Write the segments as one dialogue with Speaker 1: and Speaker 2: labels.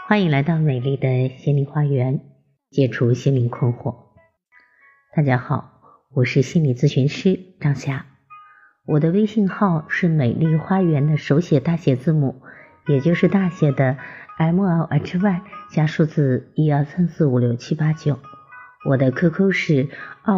Speaker 1: 欢迎来到美丽的心灵花园，解除心灵困惑。大家好，我是心理咨询师张霞，我的微信号是美丽花园的手写大写字母，也就是大写的 MLHY 加数字123456789。我的 QQ 是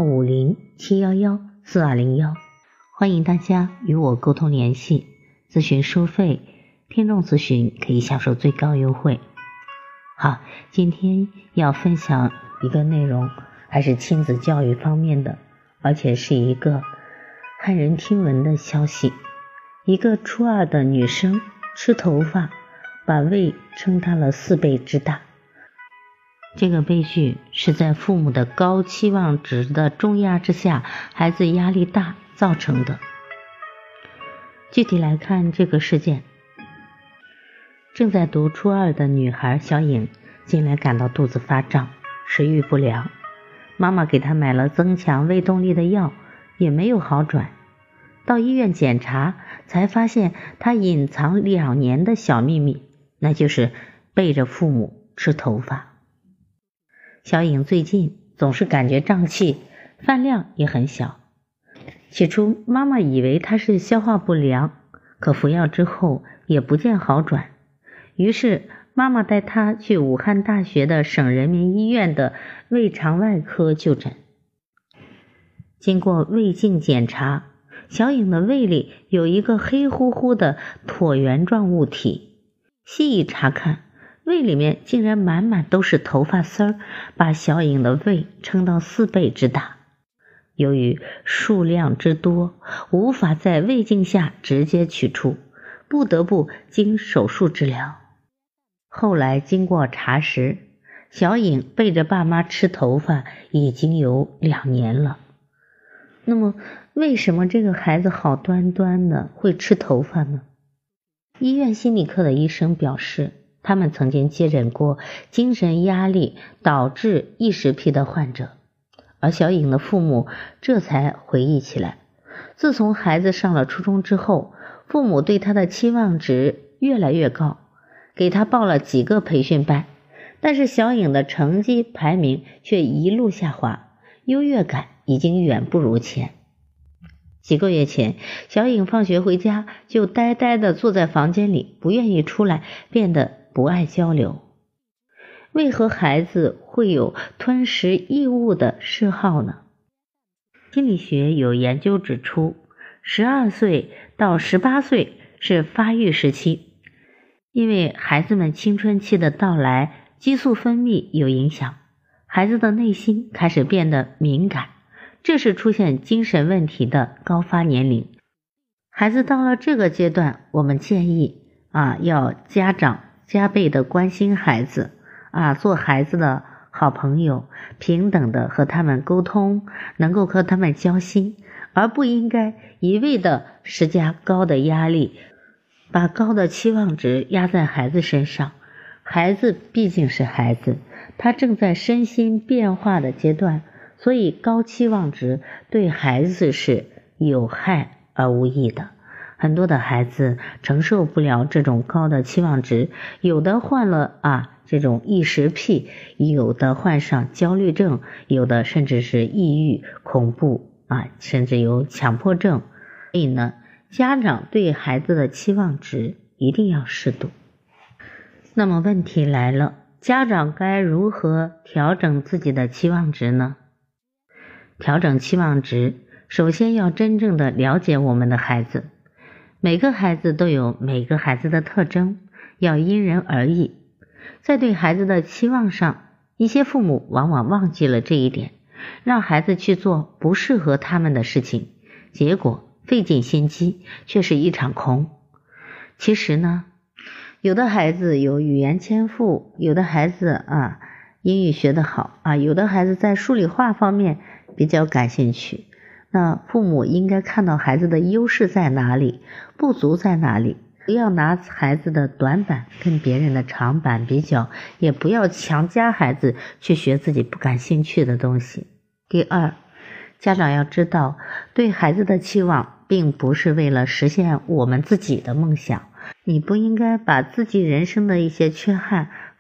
Speaker 1: 25071142101，欢迎大家与我沟通联系，咨询收费，听众咨询可以享受最高优惠。好，今天要分享一个内容，还是亲子教育方面的，而且是一个骇人听闻的消息。一个初二的女生吃头发，把胃撑大了4倍之大。这个悲剧是在父母的高期望值的重压之下，孩子压力大造成的。具体来看这个事件，正在读初二的女孩小颖近来感到肚子发胀，食欲不良，妈妈给她买了增强胃动力的药，也没有好转。到医院检查，才发现她隐藏2年的小秘密，那就是背着父母吃头发。小颖最近总是感觉胀气，饭量也很小。起初妈妈以为她是消化不良，可服药之后也不见好转。于是妈妈带她去武汉大学的省人民医院的胃肠外科就诊。经过胃镜检查，小颖的胃里有一个黑乎乎的椭圆状物体，细一查看，胃里面竟然满满都是头发丝儿，把小颖的胃撑到4倍之大。由于数量之多，无法在胃镜下直接取出，不得不经手术治疗。后来经过查实，小颖背着爸妈吃头发已经有2年了。那么为什么这个孩子好端端的会吃头发呢？医院心理科的医生表示，他们曾经接诊过精神压力导致异食癖的患者，而小颖的父母这才回忆起来，自从孩子上了初中之后，父母对他的期望值越来越高，给他报了几个培训班，但是小颖的成绩排名却一路下滑，优越感已经远不如前。几个月前，小颖放学回家就呆呆地坐在房间里，不愿意出来，变得不爱交流。为何孩子会有吞食异物的嗜好呢？心理学有研究指出，12岁到18岁是发育时期，因为孩子们青春期的到来，激素分泌有影响，孩子的内心开始变得敏感，这是出现精神问题的高发年龄。孩子到了这个阶段，我们建议要家长加倍的关心孩子做孩子的好朋友，平等的和他们沟通，能够和他们交心，而不应该一味的施加高的压力，把高的期望值压在孩子身上。孩子毕竟是孩子，他正在身心变化的阶段，所以高期望值对孩子是有害而无益的。很多的孩子承受不了这种高的期望值，有的患了这种异食癖，有的患上焦虑症，有的甚至是抑郁、恐怖甚至有强迫症。所以呢，家长对孩子的期望值一定要适度。那么问题来了，家长该如何调整自己的期望值呢？调整期望值，首先要真正的了解我们的孩子。每个孩子都有每个孩子的特征，要因人而异。在对孩子的期望上，一些父母往往忘记了这一点，让孩子去做不适合他们的事情，结果费尽心机，却是一场空。其实呢，有的孩子有语言天赋，有的孩子英语学得好有的孩子在数理化方面比较感兴趣。那父母应该看到孩子的优势在哪里，不足在哪里，不要拿孩子的短板跟别人的长板比较，也不要强加孩子去学自己不感兴趣的东西。第二，家长要知道，对孩子的期望并不是为了实现我们自己的梦想，你不应该把自己人生的一些缺憾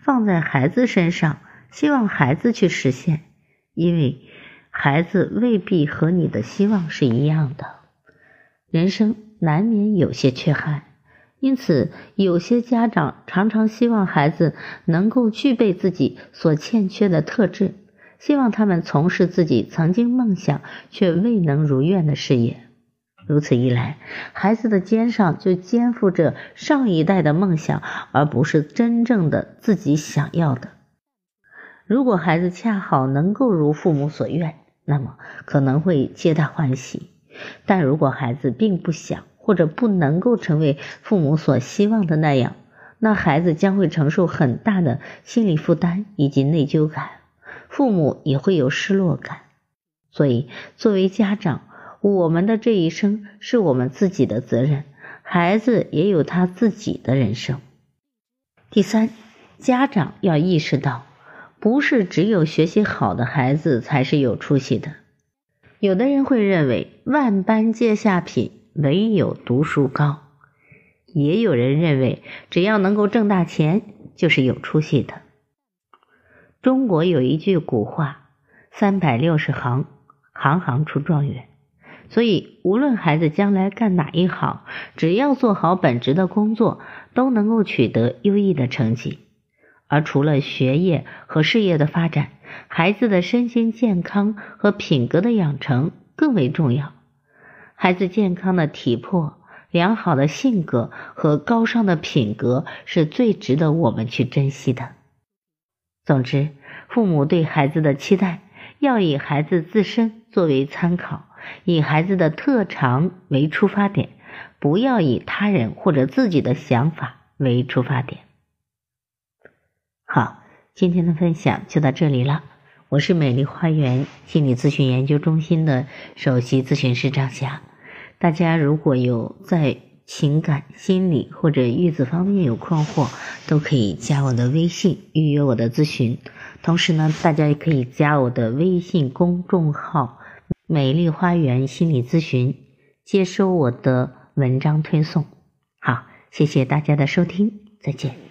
Speaker 1: 放在孩子身上，希望孩子去实现，因为孩子未必和你的希望是一样的。人生难免有些缺憾，因此有些家长常常希望孩子能够具备自己所欠缺的特质，希望他们从事自己曾经梦想却未能如愿的事业。如此一来，孩子的肩上就肩负着上一代的梦想，而不是真正的自己想要的。如果孩子恰好能够如父母所愿，那么可能会皆大欢喜，但如果孩子并不想或者不能够成为父母所希望的那样，那孩子将会承受很大的心理负担以及内疚感，父母也会有失落感。所以作为家长，我们的这一生是我们自己的责任，孩子也有他自己的人生。第三，家长要意识到，不是只有学习好的孩子才是有出息的。有的人会认为万般皆下品，唯有读书高，也有人认为只要能够挣大钱就是有出息的。中国有一句古话，360行，行行出状元。所以无论孩子将来干哪一行，只要做好本职的工作，都能够取得优异的成绩。而除了学业和事业的发展，孩子的身心健康和品格的养成更为重要。孩子健康的体魄、良好的性格和高尚的品格是最值得我们去珍惜的。总之，父母对孩子的期待要以孩子自身作为参考，以孩子的特长为出发点，不要以他人或者自己的想法为出发点。好，今天的分享就到这里了。我是美丽花园心理咨询研究中心的首席咨询师张霞。大家如果有在情感、心理或者育子方面有困惑，都可以加我的微信预约我的咨询。同时呢，大家也可以加我的微信公众号美丽花园心理咨询，接收我的文章推送。好，谢谢大家的收听，再见。